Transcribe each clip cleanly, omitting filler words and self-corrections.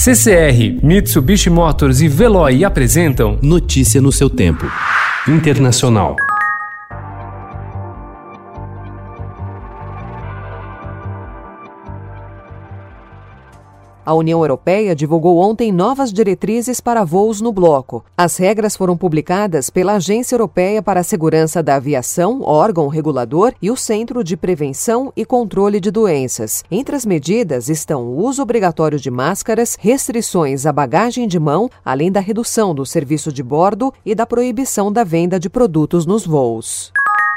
CCR, Mitsubishi Motors e Veloy apresentam Notícia no seu tempo. Internacional. A União Europeia divulgou ontem novas diretrizes para voos no bloco. As regras foram publicadas pela Agência Europeia para a Segurança da Aviação, órgão regulador, e o Centro de Prevenção e Controle de Doenças. Entre as medidas estão o uso obrigatório de máscaras, restrições à bagagem de mão, além da redução do serviço de bordo e da proibição da venda de produtos nos voos.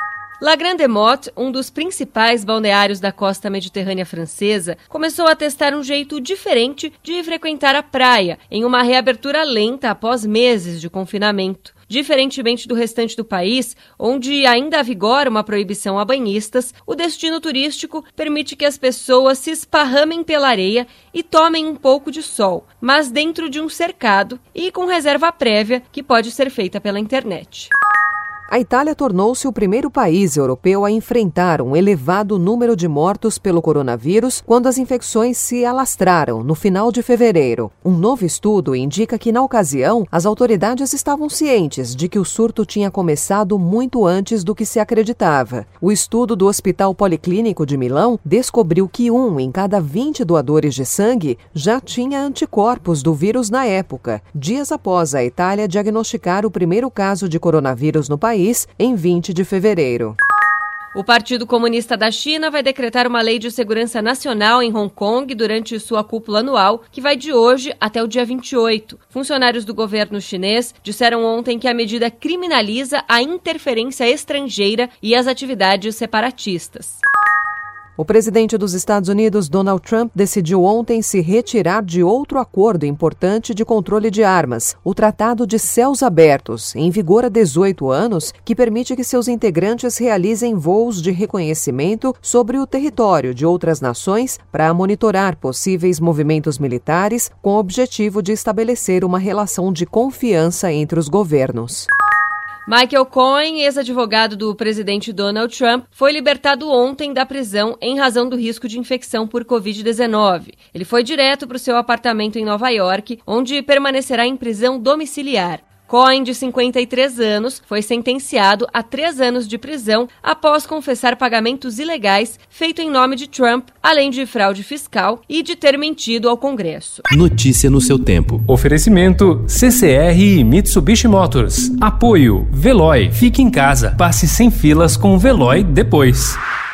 La Grande-Motte, um dos principais balneários da costa mediterrânea francesa, começou a testar um jeito diferente de frequentar a praia, em uma reabertura lenta após meses de confinamento. Diferentemente do restante do país, onde ainda vigora uma proibição a banhistas, o destino turístico permite que as pessoas se esparramem pela areia e tomem um pouco de sol, mas dentro de um cercado e com reserva prévia que pode ser feita pela internet. A Itália tornou-se o primeiro país europeu a enfrentar um elevado número de mortos pelo coronavírus quando as infecções se alastraram no final de fevereiro. Um novo estudo indica que, na ocasião, as autoridades estavam cientes de que o surto tinha começado muito antes do que se acreditava. O estudo do Hospital Policlínico de Milão descobriu que 1 em cada 20 doadores de sangue já tinha anticorpos do vírus na época, dias após a Itália diagnosticar o primeiro caso de coronavírus no país, em 20 de fevereiro. O Partido Comunista da China vai decretar uma lei de segurança nacional em Hong Kong durante sua cúpula anual, que vai de hoje até o dia 28. Funcionários do governo chinês disseram ontem que a medida criminaliza a interferência estrangeira e as atividades separatistas. O presidente dos Estados Unidos, Donald Trump, decidiu ontem se retirar de outro acordo importante de controle de armas, o Tratado de Céus Abertos, em vigor há 18 anos, que permite que seus integrantes realizem voos de reconhecimento sobre o território de outras nações para monitorar possíveis movimentos militares, com o objetivo de estabelecer uma relação de confiança entre os governos. Michael Cohen, ex-advogado do presidente Donald Trump, foi libertado ontem da prisão em razão do risco de infecção por Covid-19. Ele foi direto para o seu apartamento em Nova York, onde permanecerá em prisão domiciliar. Cohen, de 53 anos, foi sentenciado a 3 anos de prisão após confessar pagamentos ilegais feitos em nome de Trump, além de fraude fiscal e de ter mentido ao Congresso. Notícia no seu tempo. Oferecimento CCR e Mitsubishi Motors. Apoio Veloy. Fique em casa. Passe sem filas com o Veloy depois.